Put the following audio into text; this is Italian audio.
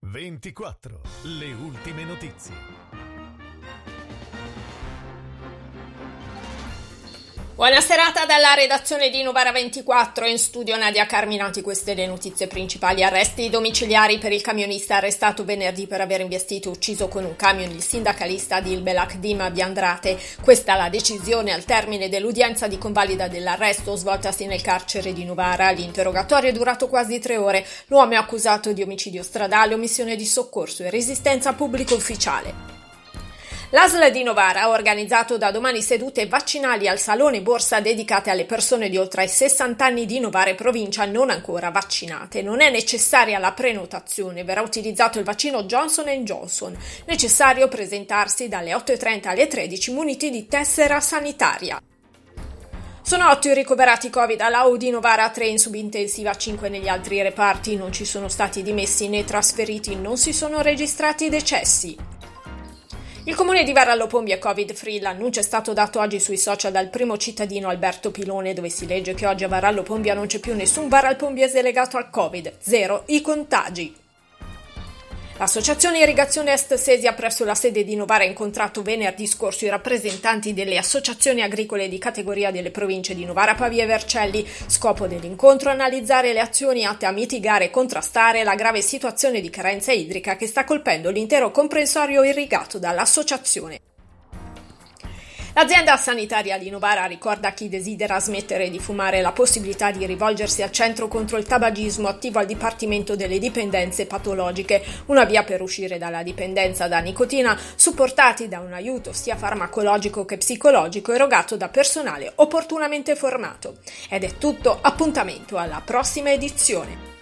24. Le ultime notizie. Buona serata dalla redazione di Novara 24, in studio Nadia Carminati. Queste le notizie principali. Arresti domiciliari per il camionista arrestato venerdì per aver investito e ucciso con un camion il sindacalista di Ilbelak Dima Biandrate. Questa la decisione al termine dell'udienza di convalida dell'arresto svoltasi nel carcere di Novara. L'interrogatorio è durato quasi 3 ore. L'uomo è accusato di omicidio stradale, omissione di soccorso e resistenza pubblico ufficiale. L'ASL di Novara ha organizzato da domani sedute vaccinali al Salone Borsa dedicate alle persone di oltre ai 60 anni di Novara e provincia non ancora vaccinate. Non è necessaria la prenotazione, verrà utilizzato il vaccino Johnson & Johnson. Necessario presentarsi dalle 8:30 alle 13 muniti di tessera sanitaria. Sono 8 i ricoverati Covid all'AU di Novara, 3 in subintensiva, 5 negli altri reparti. Non ci sono stati dimessi né trasferiti, non si sono registrati decessi. Il comune di Varallo Pombia è Covid-free. L'annuncio è stato dato oggi sui social dal primo cittadino Alberto Pilone, dove si legge che oggi a Varallo Pombia non c'è più nessun varalpombiese legato al Covid. 0 i contagi. L'Associazione Irrigazione Est Sesia presso la sede di Novara ha incontrato venerdì scorso i rappresentanti delle associazioni agricole di categoria delle province di Novara, Pavia e Vercelli. Scopo dell'incontro: analizzare le azioni atte a mitigare e contrastare la grave situazione di carenza idrica che sta colpendo l'intero comprensorio irrigato dall'associazione. L'azienda sanitaria di Novara ricorda a chi desidera smettere di fumare la possibilità di rivolgersi al centro contro il tabagismo attivo al Dipartimento delle Dipendenze Patologiche, una via per uscire dalla dipendenza da nicotina, supportati da un aiuto sia farmacologico che psicologico erogato da personale opportunamente formato. Ed è tutto, appuntamento alla prossima edizione.